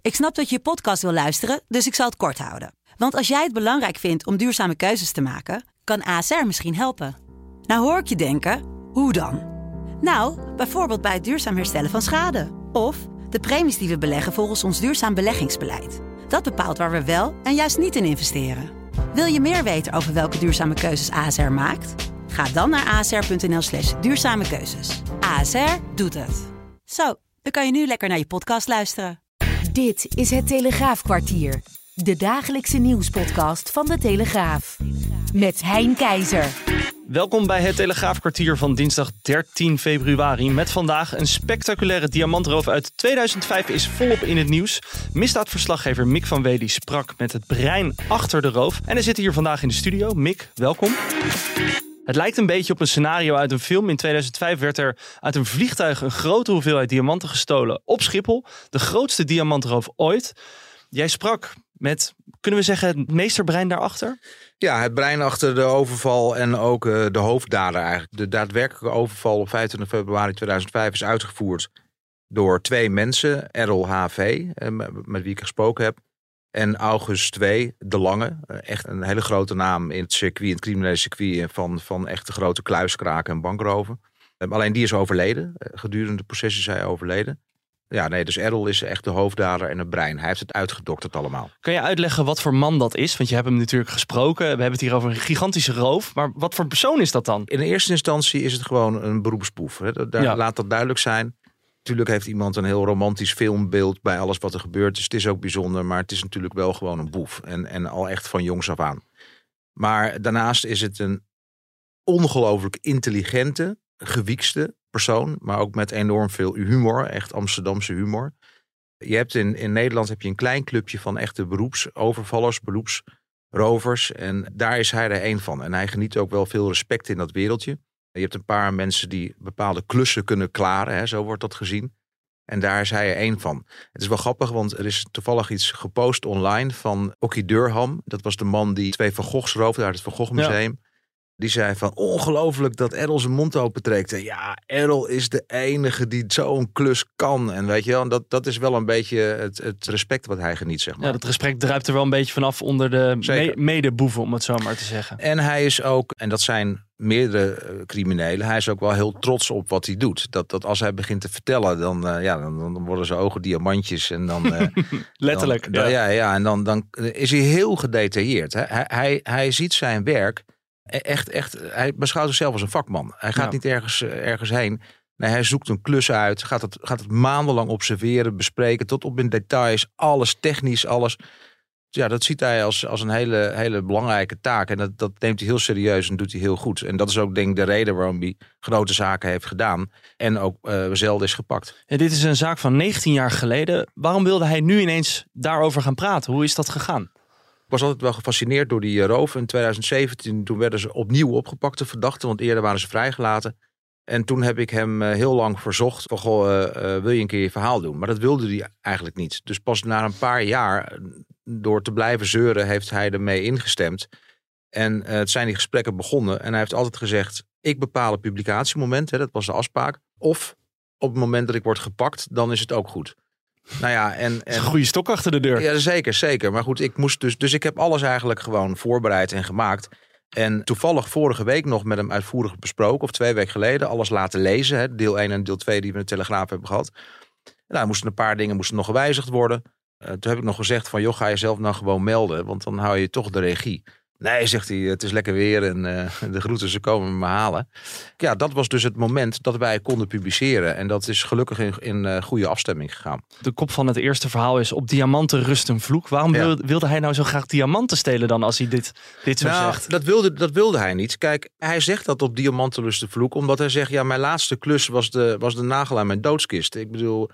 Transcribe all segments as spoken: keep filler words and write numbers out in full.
Ik snap dat je je podcast wil luisteren, dus ik zal het kort houden. Want als jij het belangrijk vindt om duurzame keuzes te maken, kan A S R misschien helpen. Nou hoor ik je denken, hoe dan? Nou, bijvoorbeeld bij het duurzaam herstellen van schade. Of de premies die we beleggen volgens ons duurzaam beleggingsbeleid. Dat bepaalt waar we wel en juist niet in investeren. Wil je meer weten over welke duurzame keuzes A S R maakt? Ga dan naar asr.nl slash duurzame keuzes. A S R doet het. Zo, dan kan je nu lekker naar je podcast luisteren. Dit is het Telegraafkwartier. De dagelijkse nieuwspodcast van de Telegraaf. Met Hein Keizer. Welkom bij het Telegraafkwartier van dinsdag dertien februari. Met vandaag een spectaculaire diamantroof uit tweeduizend vijf is volop in het nieuws. Misdaadverslaggever Mick van Wely sprak met het brein achter de roof. En hij zit hier vandaag in de studio. Mick, welkom. Het lijkt een beetje op een scenario uit een film. In tweeduizend vijf werd er uit een vliegtuig een grote hoeveelheid diamanten gestolen op Schiphol. De grootste diamantroof ooit. Jij sprak met, kunnen we zeggen, het meesterbrein daarachter? Ja, het brein achter de overval en ook uh, de hoofddader eigenlijk. De daadwerkelijke overval op vijfentwintig februari tweeduizend vijf is uitgevoerd door twee mensen. Errol H V, uh, met wie ik gesproken heb. En August twee, De Lange. Uh, echt een hele grote naam in het circuit, in het criminele circuit van, van echte grote kluiskraken en bankroven. Uh, alleen die is overleden. Uh, gedurende de proces is hij overleden. Ja, nee, dus Errol is echt de hoofddader en het brein. Hij heeft het uitgedokterd allemaal. Kan je uitleggen wat voor man dat is? Want je hebt hem natuurlijk gesproken. We hebben het hier over een gigantische roof. Maar wat voor persoon is dat dan? In de eerste instantie is het gewoon een beroepsboef. Hè. Daar, ja. Laat dat duidelijk zijn. Natuurlijk heeft iemand een heel romantisch filmbeeld bij alles wat er gebeurt. Dus het is ook bijzonder. Maar het is natuurlijk wel gewoon een boef. En, en al echt van jongs af aan. Maar daarnaast is het een ongelooflijk intelligente, gewiekste persoon, maar ook met enorm veel humor, echt Amsterdamse humor. Je hebt in, in Nederland heb je een klein clubje van echte beroepsovervallers, beroepsrovers. En daar is hij er één van. En hij geniet ook wel veel respect in dat wereldje. Je hebt een paar mensen die bepaalde klussen kunnen klaren, hè, zo wordt dat gezien. En daar is hij er één van. Het is wel grappig, want er is toevallig iets gepost online van Okkie Durham. Dat was de man die twee Van Goghs roofde uit het Van Gogh Museum. Ja. Die zei van, ongelooflijk dat Errol zijn mond opentrekt. En ja, Errol is de enige die zo'n klus kan. En weet je wel, dat, dat is wel een beetje het, het respect wat hij geniet, zeg maar. Ja, dat respect druipt er wel een beetje vanaf onder de me- medeboeven, om het zo maar te zeggen. En hij is ook, en dat zijn meerdere uh, criminelen, hij is ook wel heel trots op wat hij doet. Dat, dat als hij begint te vertellen, dan, uh, ja, dan, dan worden zijn ogen diamantjes. En dan, uh, Letterlijk. Dan, ja. ja, ja, en dan, dan is hij heel gedetailleerd. Hè. Hij, hij, hij ziet zijn werk. Echt, echt, hij beschouwt zichzelf als een vakman. Hij gaat ja. niet ergens, ergens heen. Nee, hij zoekt een klus uit. Gaat het, gaat het maandenlang observeren, bespreken. Tot op in details. Alles technisch, alles. Ja, dat ziet hij als, als een hele, hele belangrijke taak. En dat, dat neemt hij heel serieus en doet hij heel goed. En dat is ook denk ik de reden waarom hij grote zaken heeft gedaan. En ook uh, zelden is gepakt. En dit is een zaak van negentien jaar geleden. Waarom wilde hij nu ineens daarover gaan praten? Hoe is dat gegaan? Ik was altijd wel gefascineerd door die roof. In tweeduizend zeventien toen werden ze opnieuw opgepakt, de verdachten. Want eerder waren ze vrijgelaten. En toen heb ik hem heel lang verzocht. Van, goh, uh, uh, wil je een keer je verhaal doen? Maar dat wilde hij eigenlijk niet. Dus pas na een paar jaar, door te blijven zeuren, heeft hij ermee ingestemd. En uh, het zijn die gesprekken begonnen. En hij heeft altijd gezegd, ik bepaal het publicatiemoment. Hè, dat was de afspraak. Of op het moment dat ik word gepakt, dan is het ook goed. Nou ja, en, en, een goede stok achter de deur. Ja, zeker, zeker. Maar goed, ik moest dus, dus ik heb alles eigenlijk gewoon voorbereid en gemaakt. En toevallig vorige week nog met hem uitvoerig besproken, of twee weken geleden, alles laten lezen. Hè, deel één en deel twee die we in de Telegraaf hebben gehad. Nou, moesten een paar dingen moesten nog gewijzigd worden. Uh, toen heb ik nog gezegd van, joh, ga je zelf nou gewoon melden, want dan hou je toch de regie. Nee, zegt hij, het is lekker weer en uh, de groeten, ze komen me halen. Ja, dat was dus het moment dat wij konden publiceren. En dat is gelukkig in, in uh, goede afstemming gegaan. De kop van het eerste verhaal is, op diamanten rust een vloek. Waarom ja. wilde, wilde hij nou zo graag diamanten stelen dan, als hij dit, dit zo nou, zegt? Dat wilde, dat wilde hij niet. Kijk, hij zegt dat op diamanten rust een vloek, omdat hij zegt, ja, mijn laatste klus was de, was de nagel aan mijn doodskist. Ik bedoel,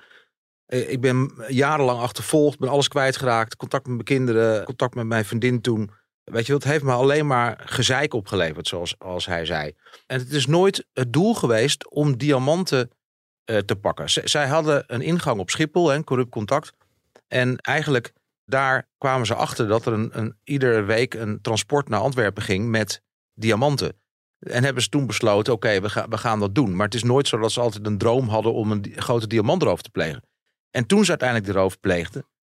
ik ben jarenlang achtervolgd, ben alles kwijtgeraakt. Contact met mijn kinderen, contact met mijn vriendin toen. Weet je, dat heeft me alleen maar gezeik opgeleverd, zoals als hij zei. En het is nooit het doel geweest om diamanten uh, te pakken. Z- zij hadden een ingang op Schiphol, een corrupt contact. En eigenlijk daar kwamen ze achter dat er een, een, iedere week een transport naar Antwerpen ging met diamanten. En hebben ze toen besloten, oké, okay, we, ga, we gaan dat doen. Maar het is nooit zo dat ze altijd een droom hadden om een di- grote diamantroof te plegen. En toen ze uiteindelijk de roof pleegden,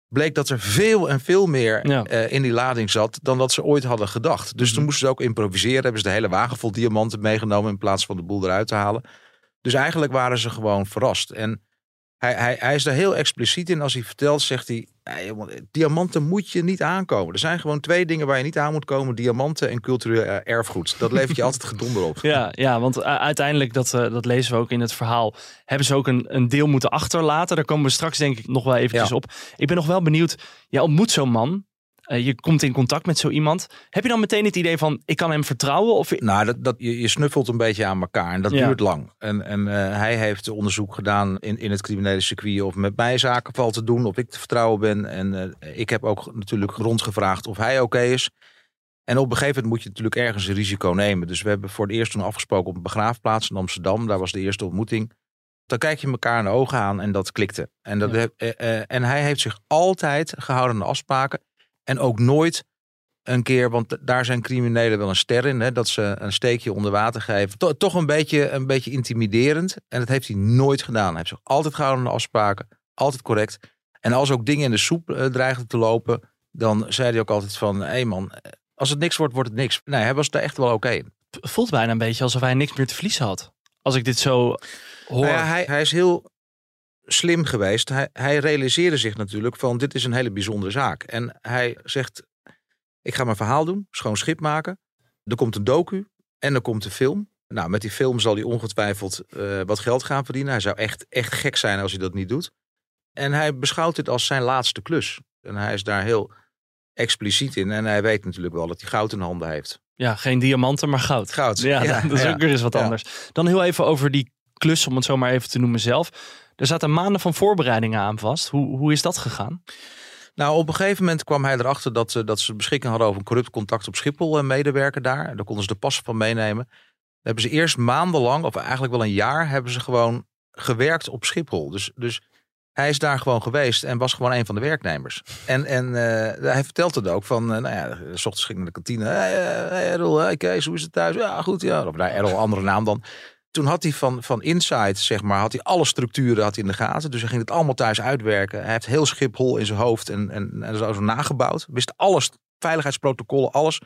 bleek dat er veel en veel meer ja. uh, in die lading zat dan dat ze ooit hadden gedacht. Dus mm-hmm. toen moesten ze ook improviseren. Hebben ze de hele wagen vol diamanten meegenomen in plaats van de boel eruit te halen. Dus eigenlijk waren ze gewoon verrast. En hij, hij, hij is daar heel expliciet in. Als hij vertelt, zegt hij, hey, diamanten moet je niet aankomen. Er zijn gewoon twee dingen waar je niet aan moet komen. Diamanten en cultureel erfgoed. Dat levert je altijd gedonder op. Ja, ja, want uiteindelijk, dat, uh, dat lezen we ook in het verhaal, hebben ze ook een, een deel moeten achterlaten. Daar komen we straks denk ik nog wel eventjes ja. op. Ik ben nog wel benieuwd, jij ontmoet zo'n man. Uh, je komt in contact met zo iemand. Heb je dan meteen het idee van, ik kan hem vertrouwen? Of... Nou, dat, dat, je, je snuffelt een beetje aan elkaar en dat ja. duurt lang. En, en uh, hij heeft onderzoek gedaan in, in het criminele circuit of met mij zaken valt te doen, of ik te vertrouwen ben. En uh, ik heb ook natuurlijk rondgevraagd of hij oké okay is. En op een gegeven moment moet je natuurlijk ergens een risico nemen. Dus we hebben voor het eerst toen afgesproken op een begraafplaats in Amsterdam. Daar was de eerste ontmoeting. Dan kijk je elkaar in de ogen aan en dat klikte. En, dat, ja. uh, uh, en hij heeft zich altijd gehouden aan afspraken. En ook nooit een keer, want daar zijn criminelen wel een ster in, hè, dat ze een steekje onder water geven. To, toch een beetje, een beetje intimiderend. En dat heeft hij nooit gedaan. Hij heeft zich altijd gehouden aan de afspraken. Altijd correct. En als ook dingen in de soep uh, dreigden te lopen, dan zei hij ook altijd van, hé hey man, als het niks wordt, wordt het niks. Nee, hij was daar echt wel oké okay in. Het voelt bijna een beetje alsof hij niks meer te verliezen had. Als ik dit zo hoor. Nou ja, hij, hij is heel slim geweest. Hij, hij realiseerde zich natuurlijk van, dit is een hele bijzondere zaak. En hij zegt, ik ga mijn verhaal doen, schoon schip maken. Er komt een docu en er komt een film. Nou, met die film zal hij ongetwijfeld uh, wat geld gaan verdienen. Hij zou echt, echt gek zijn als hij dat niet doet. En hij beschouwt dit als zijn laatste klus. En hij is daar heel expliciet in. En hij weet natuurlijk wel dat hij goud in handen heeft. Ja, geen diamanten, maar goud. Goud. Ja, ja dat is ja. ook weer eens wat ja. anders. Dan heel even over die klus, om het zo maar even te noemen zelf. Er zaten maanden van voorbereidingen aan vast. Hoe, hoe is dat gegaan? Nou, op een gegeven moment kwam hij erachter dat, uh, dat ze beschikking hadden over een corrupt contact op Schiphol, een medewerker daar. Daar konden ze de passen van meenemen. Daar hebben ze eerst maandenlang, of eigenlijk wel een jaar, hebben ze gewoon gewerkt op Schiphol. Dus, dus hij is daar gewoon geweest en was gewoon een van de werknemers. En, en uh, hij vertelt het ook van, uh, nou ja, 's ochtends ging naar de kantine. Hey, hey Errol, hey Kees, hoe is het thuis? Ja, goed, ja. Of nou, Errol, andere naam dan. Toen had hij van, van Inside, zeg maar, had hij alle structuren had hij in de gaten. Dus hij ging het allemaal thuis uitwerken. Hij heeft heel Schiphol in zijn hoofd en, en, en zo nagebouwd. Wist alles, veiligheidsprotocollen, alles.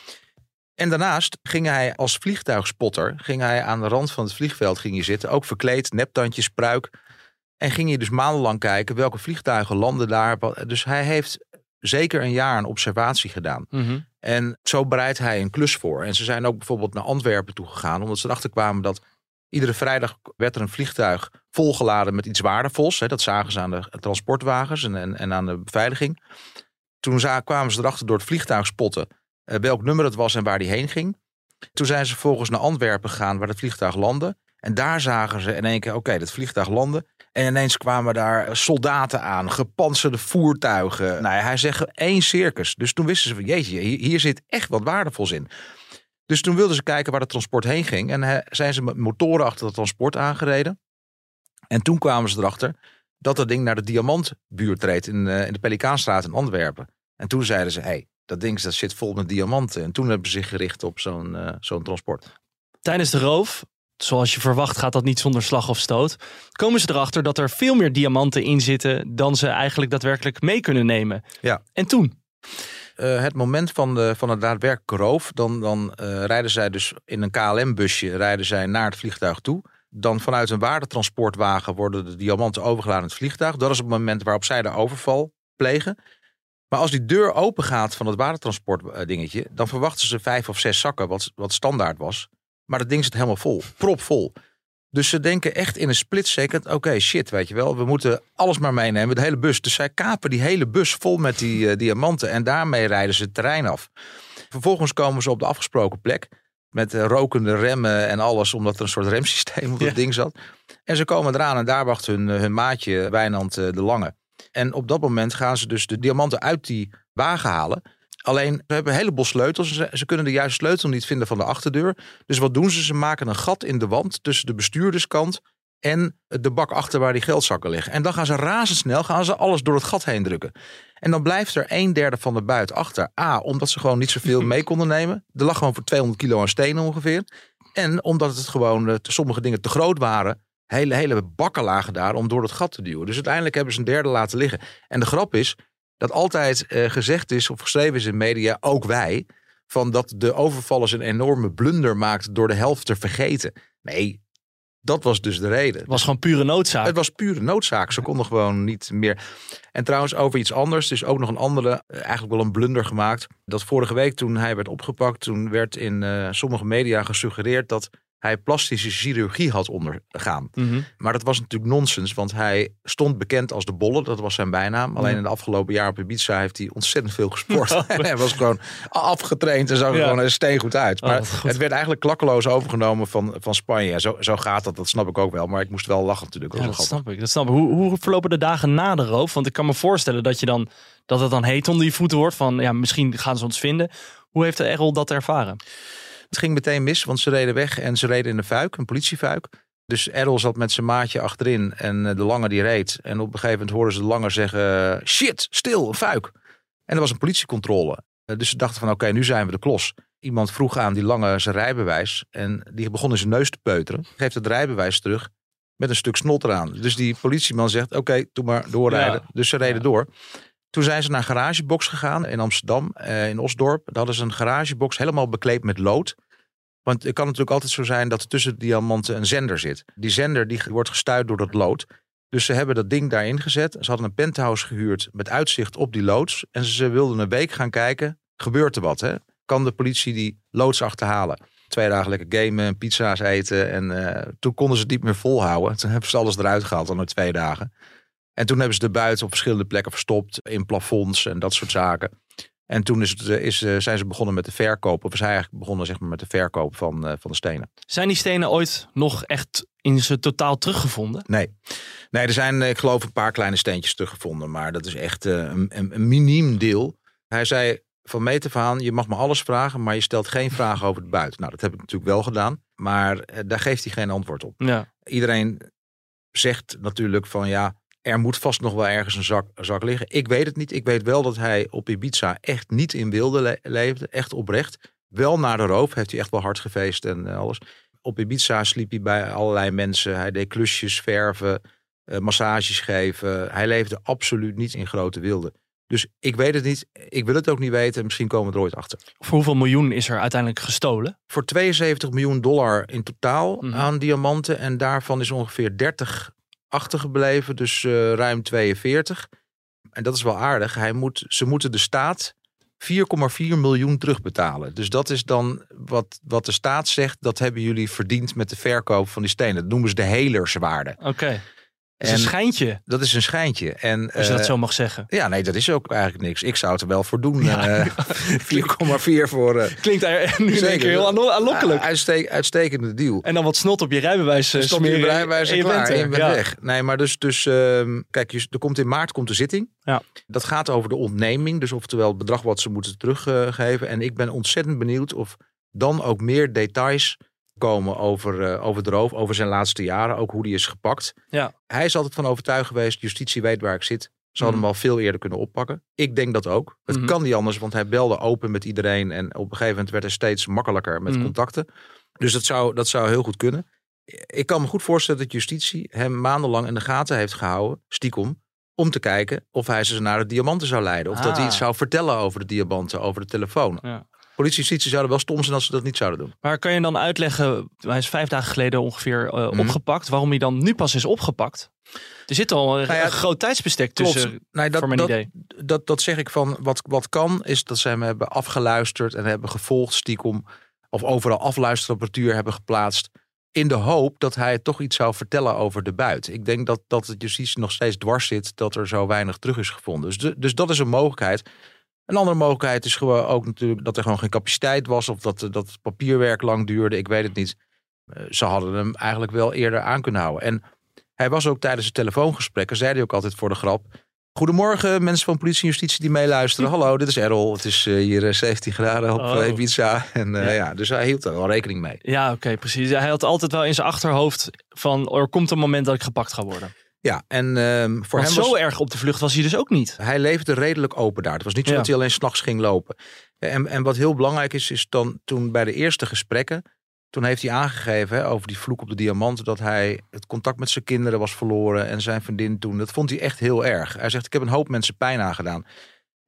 En daarnaast ging hij als vliegtuigspotter, ging hij aan de rand van het vliegveld ging hij zitten. Ook verkleed, neptandjes, pruik. En ging hij dus maandenlang kijken welke vliegtuigen landen daar. Dus hij heeft zeker een jaar een observatie gedaan. Mm-hmm. En zo bereidt hij een klus voor. En ze zijn ook bijvoorbeeld naar Antwerpen toe gegaan, omdat ze erachter kwamen dat iedere vrijdag werd er een vliegtuig volgeladen met iets waardevols. Hè, dat zagen ze aan de transportwagens en, en, en aan de beveiliging. Toen zagen, kwamen ze erachter door het vliegtuig spotten uh, welk nummer het was en waar die heen ging. Toen zijn ze vervolgens naar Antwerpen gegaan waar het vliegtuig landde. En daar zagen ze in één keer, oké, okay, dat vliegtuig landde. En ineens kwamen daar soldaten aan, gepantserde voertuigen. Nou ja, hij zegt één circus. Dus toen wisten ze van, jeetje, hier, hier zit echt wat waardevols in. Dus toen wilden ze kijken waar het transport heen ging. En he, zijn ze met motoren achter het transport aangereden. En toen kwamen ze erachter dat dat ding naar de Diamantbuurt reed in, uh, in de Pelikaanstraat in Antwerpen. En toen zeiden ze, hé, hey, dat ding dat zit vol met diamanten. En toen hebben ze zich gericht op zo'n, uh, zo'n transport. Tijdens de roof, zoals je verwacht gaat dat niet zonder slag of stoot, komen ze erachter dat er veel meer diamanten in zitten dan ze eigenlijk daadwerkelijk mee kunnen nemen. Ja. En toen? Uh, het moment van, de, van het daadwerkelijke roof, dan, dan uh, rijden zij dus in een K L M-busje rijden zij naar het vliegtuig toe. Dan vanuit een waardetransportwagen worden de diamanten overgeladen in het vliegtuig. Dat is het moment waarop zij de overval plegen. Maar als die deur open gaat van het waardetransport dingetje, dan verwachten ze vijf of zes zakken, wat, wat standaard was. Maar dat ding zit helemaal vol, propvol. Dus ze denken echt in een split second, oké, okay, shit, weet je wel, we moeten alles maar meenemen, de hele bus. Dus zij kapen die hele bus vol met die uh, diamanten en daarmee rijden ze het terrein af. Vervolgens komen ze op de afgesproken plek met uh, rokende remmen en alles, omdat er een soort remsysteem op dat ja. ding zat. En ze komen eraan en daar wacht hun, hun maatje Wijnand uh, de Lange. En op dat moment gaan ze dus de diamanten uit die wagen halen. Alleen, ze hebben een heleboel sleutels. Ze, ze kunnen de juiste sleutel niet vinden van de achterdeur. Dus wat doen ze? Ze maken een gat in de wand tussen de bestuurderskant en de bak achter waar die geldzakken liggen. En dan gaan ze razendsnel, gaan ze alles door het gat heen drukken. En dan blijft er een derde van de buit achter. A, omdat ze gewoon niet zoveel mee konden nemen. Er lag gewoon voor tweehonderd kilo aan stenen ongeveer. En omdat het gewoon uh, sommige dingen te groot waren. Hele, hele bakken lagen daar om door het gat te duwen. Dus uiteindelijk hebben ze een derde laten liggen. En de grap is, dat altijd uh, gezegd is of geschreven is in media, ook wij, van dat de overvallers een enorme blunder maakt door de helft te vergeten. Nee, dat was dus de reden. Het was gewoon pure noodzaak. Het was pure noodzaak. Ze konden gewoon niet meer. En trouwens over iets anders. Er is ook nog een andere, eigenlijk wel een blunder gemaakt. Dat vorige week toen hij werd opgepakt, toen werd in uh, sommige media gesuggereerd dat hij plastische chirurgie had ondergaan. Mm-hmm. Maar dat was natuurlijk nonsens, want hij stond bekend als de Bolle. Dat was zijn bijnaam. Alleen in de afgelopen jaar op Ibiza heeft hij ontzettend veel gesport. Oh, en hij was gewoon afgetraind en zag er ja. gewoon steengoed uit. Maar oh, het werd eigenlijk klakkeloos overgenomen van, van Spanje. Zo, zo gaat dat, dat snap ik ook wel. Maar ik moest wel lachen natuurlijk. Dat, ja, dat snap ik. Dat snap ik. Hoe, hoe verlopen de dagen na de roof? Want ik kan me voorstellen dat, je dan, dat het dan heet onder je voeten wordt. Van ja, misschien gaan ze ons vinden. Hoe heeft de Errol dat ervaren? Het ging meteen mis, want ze reden weg en ze reden in een fuik, een politiefuik. Dus Errol zat met zijn maatje achterin en de Lange die reed. En op een gegeven moment hoorden ze de Lange zeggen, shit, stil, een fuik. En er was een politiecontrole. Dus ze dachten van oké, okay, nu zijn we de klos. Iemand vroeg aan die Lange zijn rijbewijs en die begon in zijn neus te peuteren. Geeft het rijbewijs terug met een stuk snot eraan. Dus die politieman zegt oké, okay, doe maar doorrijden. Ja. Dus ze reden ja. door. Toen zijn ze naar een garagebox gegaan in Amsterdam, eh, in Osdorp. Daar hadden ze een garagebox helemaal bekleed met lood. Want het kan natuurlijk altijd zo zijn dat er tussen de diamanten een zender zit. Die zender die wordt gestuurd door dat lood. Dus ze hebben dat ding daarin gezet. Ze hadden een penthouse gehuurd met uitzicht op die loods. En ze wilden een week gaan kijken, gebeurt er wat? Hè? Kan de politie die loods achterhalen? Twee dagen lekker gamen, pizza's eten. En uh, toen konden ze het niet meer volhouden. Toen hebben ze alles eruit gehaald al na twee dagen. En toen hebben ze de buiten op verschillende plekken verstopt. In plafonds en dat soort zaken. En toen is het, is, zijn ze begonnen met de verkoop. Of zijn eigenlijk begonnen zeg maar, met de verkoop van, uh, van de stenen. Zijn die stenen ooit nog echt in zijn totaal teruggevonden? Nee. Nee, er zijn ik geloof een paar kleine steentjes teruggevonden. Maar dat is echt uh, een, een, een miniem deel. Hij zei van meet af aan, je mag me alles vragen. Maar je stelt geen vragen over het buiten. Nou, dat heb ik natuurlijk wel gedaan. Maar uh, daar geeft hij geen antwoord op. Ja. Iedereen zegt natuurlijk van ja, er moet vast nog wel ergens een zak, een zak liggen. Ik weet het niet. Ik weet wel dat hij op Ibiza echt niet in wilde le- leefde. Echt oprecht. Wel na de roof heeft hij echt wel hard gefeest en uh, alles. Op Ibiza sliep hij bij allerlei mensen. Hij deed klusjes, verven, uh, massages geven. Hij leefde absoluut niet in grote wilde. Dus ik weet het niet. Ik wil het ook niet weten. Misschien komen we er ooit achter. Voor hoeveel miljoen is er uiteindelijk gestolen? Voor tweeënzeventig miljoen dollar in totaal mm-hmm. aan diamanten. En daarvan is ongeveer dertig achtergebleven, dus uh, ruim tweeënveertig. En dat is wel aardig. Hij moet, ze moeten de staat vier komma vier miljoen terugbetalen. Dus dat is dan wat, wat de staat zegt, dat hebben jullie verdiend met de verkoop van die stenen. Dat noemen ze de helerswaarde. Oké. Okay. Dat is en een schijntje. Dat is een schijntje. En, Als je uh, dat zo mag zeggen. Ja, nee, dat is ook eigenlijk niks. Ik zou het er wel voor doen. Ja. Uh, vier komma vier voor... Uh, Klinkt er nu in één keer heel aanlokkelijk. Uh, uitstek, uitstekende deal. En dan wat snot op je rijbewijs uh, smeren. Op je rijbewijs en, en klaar. En je bent ja. weg. Nee, maar dus... dus uh, kijk, je, er komt in maart komt de zitting. Ja. Dat gaat over de ontneming. Dus oftewel het bedrag wat ze moeten teruggeven. Uh, en ik ben ontzettend benieuwd of dan ook meer details komen over, uh, over de roof, over zijn laatste jaren, ook hoe die is gepakt. Ja. Hij is altijd van overtuigd geweest, justitie weet waar ik zit. Ze hadden mm. hem al veel eerder kunnen oppakken. Ik denk dat ook. Het mm-hmm. kan niet anders, want hij belde open met iedereen en op een gegeven moment werd hij steeds makkelijker met mm. contacten. Dus dat zou, dat zou heel goed kunnen. Ik kan me goed voorstellen dat justitie hem maandenlang in de gaten heeft gehouden, stiekem, om te kijken of hij ze naar de diamanten zou leiden. Of ah. dat hij iets zou vertellen over de diamanten, over de telefoon. Ja. Politie en justitie zouden wel stom zijn als ze dat niet zouden doen. Maar kan je dan uitleggen, hij is vijf dagen geleden ongeveer uh, mm. opgepakt, waarom hij dan nu pas is opgepakt? Er zit al een, nou ja, een groot tijdsbestek tussen, nee, dat, voor mijn dat, idee. Dat, dat zeg ik van, wat, wat kan, is dat ze hem hebben afgeluisterd en hebben gevolgd stiekem, of overal afluisterapparatuur hebben geplaatst, in de hoop dat hij toch iets zou vertellen over de buit. Ik denk dat, dat het justitie nog steeds dwars zit, dat er zo weinig terug is gevonden. Dus, de, dus dat is een mogelijkheid. Een andere mogelijkheid is gewoon ook natuurlijk dat er gewoon geen capaciteit was, of dat, dat het papierwerk lang duurde. Ik weet het niet. Ze hadden hem eigenlijk wel eerder aan kunnen houden. En hij was ook tijdens het telefoongesprekken, zei hij ook altijd voor de grap: goedemorgen mensen van politie en justitie die meeluisteren. Hallo, dit is Errol. Het is uh, hier zeventien graden op oh. Ibiza. En, uh, ja. Ja, dus hij hield er wel rekening mee. Ja, oké, okay, precies. Hij had altijd wel in zijn achterhoofd van, er komt een moment dat ik gepakt ga worden. Ja, en um, voor Want hem zo was, erg op de vlucht was hij dus ook niet. Hij leefde redelijk open daar. Het was niet zo ja. dat hij alleen 's nachts ging lopen. En, en wat heel belangrijk is, is dan toen bij de eerste gesprekken, toen heeft hij aangegeven hè, over die vloek op de diamanten, dat hij het contact met zijn kinderen was verloren en zijn vriendin toen. Dat vond hij echt heel erg. Hij zegt, ik heb een hoop mensen pijn aangedaan.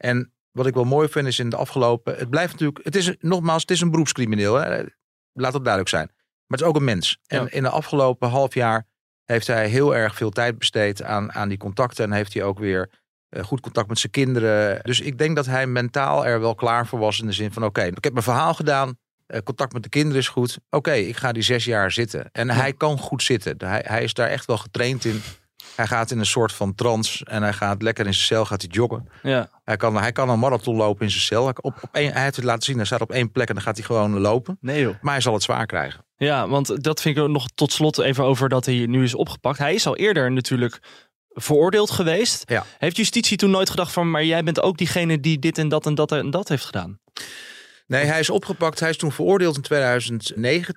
En wat ik wel mooi vind is in de afgelopen... Het blijft natuurlijk... Het is nogmaals, het is een beroepscrimineel. Hè? Laat dat duidelijk zijn. Maar het is ook een mens. En ja. in de afgelopen half jaar heeft hij heel erg veel tijd besteed aan, aan die contacten. En heeft hij ook weer uh, goed contact met zijn kinderen. Dus ik denk dat hij mentaal er wel klaar voor was. In de zin van oké, okay, ik heb mijn verhaal gedaan. Uh, contact met de kinderen is goed. Oké, okay, ik ga die zes jaar zitten. En ja. hij kan goed zitten. Hij, hij is daar echt wel getraind in. Hij gaat in een soort van trance. En hij gaat lekker in zijn cel, gaat hij joggen. Ja. Hij, kan, hij kan een marathon lopen in zijn cel. Op, op één, hij heeft het laten zien. Hij staat op één plek en dan gaat hij gewoon lopen. Nee joh. Maar hij zal het zwaar krijgen. Ja, want dat vind ik nog tot slot even over dat hij nu is opgepakt. Hij is al eerder natuurlijk veroordeeld geweest. Ja. Heeft justitie toen nooit gedacht van... maar jij bent ook diegene die dit en dat en dat en dat heeft gedaan? Nee, hij is opgepakt. Hij is toen veroordeeld in tweeduizend negentien.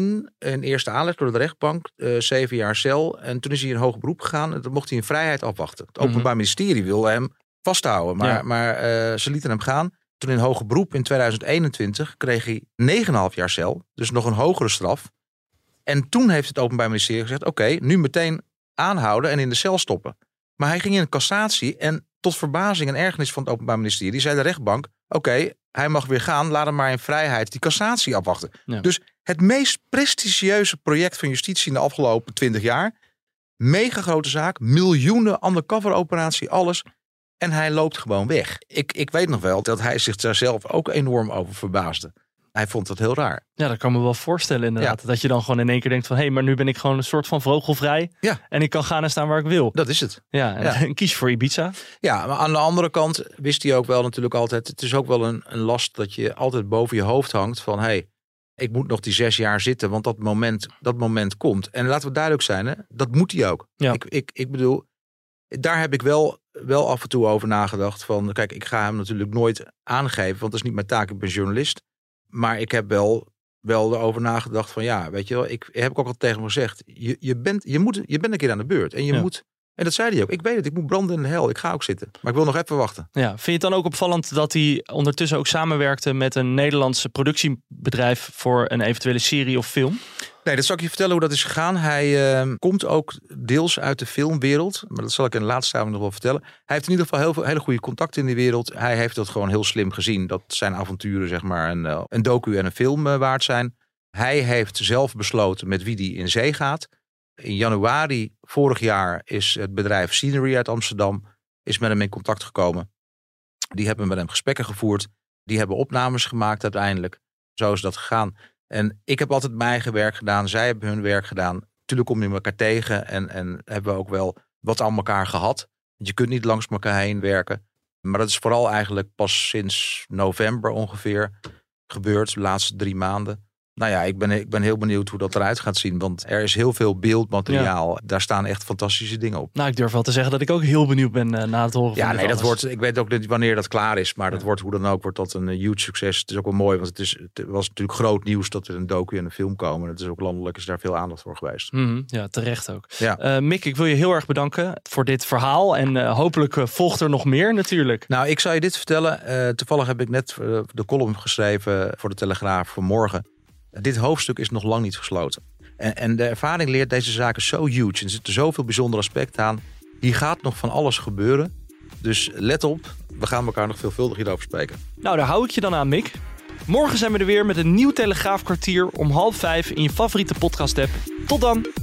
Een eerste aanleg door de rechtbank. Uh, zeven jaar cel. En toen is hij in hoger beroep gegaan. En dan mocht hij in vrijheid afwachten. Het Openbaar mm-hmm. Ministerie wilde hem vasthouden. Maar, ja. maar uh, ze lieten hem gaan. Toen in hoger beroep in tweeduizend eenentwintig kreeg hij negen komma vijf jaar cel. Dus nog een hogere straf. En toen heeft het Openbaar Ministerie gezegd... oké, okay, nu meteen aanhouden en in de cel stoppen. Maar hij ging in een cassatie. En tot verbazing en ergernis van het Openbaar Ministerie... zei de rechtbank... oké, okay, hij mag weer gaan. Laat hem maar in vrijheid die cassatie afwachten. Ja. Dus het meest prestigieuze project van justitie in de afgelopen twintig jaar. Mega grote zaak. Miljoenen undercover operatie, alles. En hij loopt gewoon weg. Ik, ik weet nog wel dat hij zich daar zelf ook enorm over verbaasde. Hij vond dat heel raar. Ja, dat kan me wel voorstellen inderdaad. Ja. Dat je dan gewoon in één keer denkt van... hé, hey, maar nu ben ik gewoon een soort van vogelvrij. Ja. En ik kan gaan en staan waar ik wil. Dat is het. Ja, en ja. kies voor Ibiza. Ja, maar aan de andere kant wist hij ook wel natuurlijk altijd... het is ook wel een, een last dat je altijd boven je hoofd hangt van... hé, hey, ik moet nog die zes jaar zitten, want dat moment, dat moment komt. En laten we duidelijk zijn, hè, dat moet hij ook. Ja. Ik, ik, ik bedoel, daar heb ik wel, wel af en toe over nagedacht van... kijk, ik ga hem natuurlijk nooit aangeven, want dat is niet mijn taak. Ik ben journalist. Maar ik heb wel, wel erover nagedacht van ja, weet je wel, ik heb ik ook al tegen hem gezegd. Je, je, bent, je, moet, je bent een keer aan de beurt. En je ja. moet, en dat zei hij ook. Ik weet het, ik moet branden in de hel. Ik ga ook zitten. Maar ik wil nog even wachten. Ja, vind je het dan ook opvallend dat hij ondertussen ook samenwerkte met een Nederlandse productiebedrijf voor een eventuele serie of film? Nee, dat zal ik je vertellen hoe dat is gegaan. Hij uh, komt ook deels uit de filmwereld. Maar dat zal ik in de laatste avond nog wel vertellen. Hij heeft in ieder geval heel veel hele goede contacten in die wereld. Hij heeft dat gewoon heel slim gezien. Dat zijn avonturen, zeg maar, een, uh, een docu en een film uh, waard zijn. Hij heeft zelf besloten met wie die in zee gaat. In januari vorig jaar is het bedrijf Scenery uit Amsterdam... is met hem in contact gekomen. Die hebben met hem gesprekken gevoerd. Die hebben opnames gemaakt uiteindelijk. Zo is dat gegaan. En ik heb altijd mijn eigen werk gedaan. Zij hebben hun werk gedaan. Natuurlijk kom je elkaar tegen. En, en hebben we ook wel wat aan elkaar gehad. Je kunt niet langs elkaar heen werken. Maar dat is vooral eigenlijk pas sinds november ongeveer gebeurd. De laatste drie maanden. Nou ja, ik ben, ik ben heel benieuwd hoe dat eruit gaat zien. Want er is heel veel beeldmateriaal. Ja. Daar staan echt fantastische dingen op. Nou, ik durf wel te zeggen dat ik ook heel benieuwd ben uh, na het horen ja, van nee, dat wordt. Ik weet ook niet wanneer dat klaar is. Maar ja. dat wordt hoe dan ook wordt dat een uh, huge succes. Het is ook wel mooi. Want het, is, het was natuurlijk groot nieuws dat er een docu en een film komen. Het is ook landelijk is daar veel aandacht voor geweest. Mm-hmm, ja, terecht ook. Ja. Uh, Mick, ik wil je heel erg bedanken voor dit verhaal. En uh, hopelijk uh, volgt er nog meer natuurlijk. Nou, ik zal je dit vertellen. Uh, toevallig heb ik net uh, de column geschreven voor de Telegraaf voor morgen. Dit hoofdstuk is nog lang niet gesloten. En, en de ervaring leert deze zaken zo huge. En er zitten zoveel bijzondere aspecten aan. Hier gaat nog van alles gebeuren. Dus let op, we gaan elkaar nog veelvuldig hierover spreken. Nou, daar hou ik je dan aan, Mick. Morgen zijn we er weer met een nieuw Telegraafkwartier om half vijf in je favoriete podcast app. Tot dan!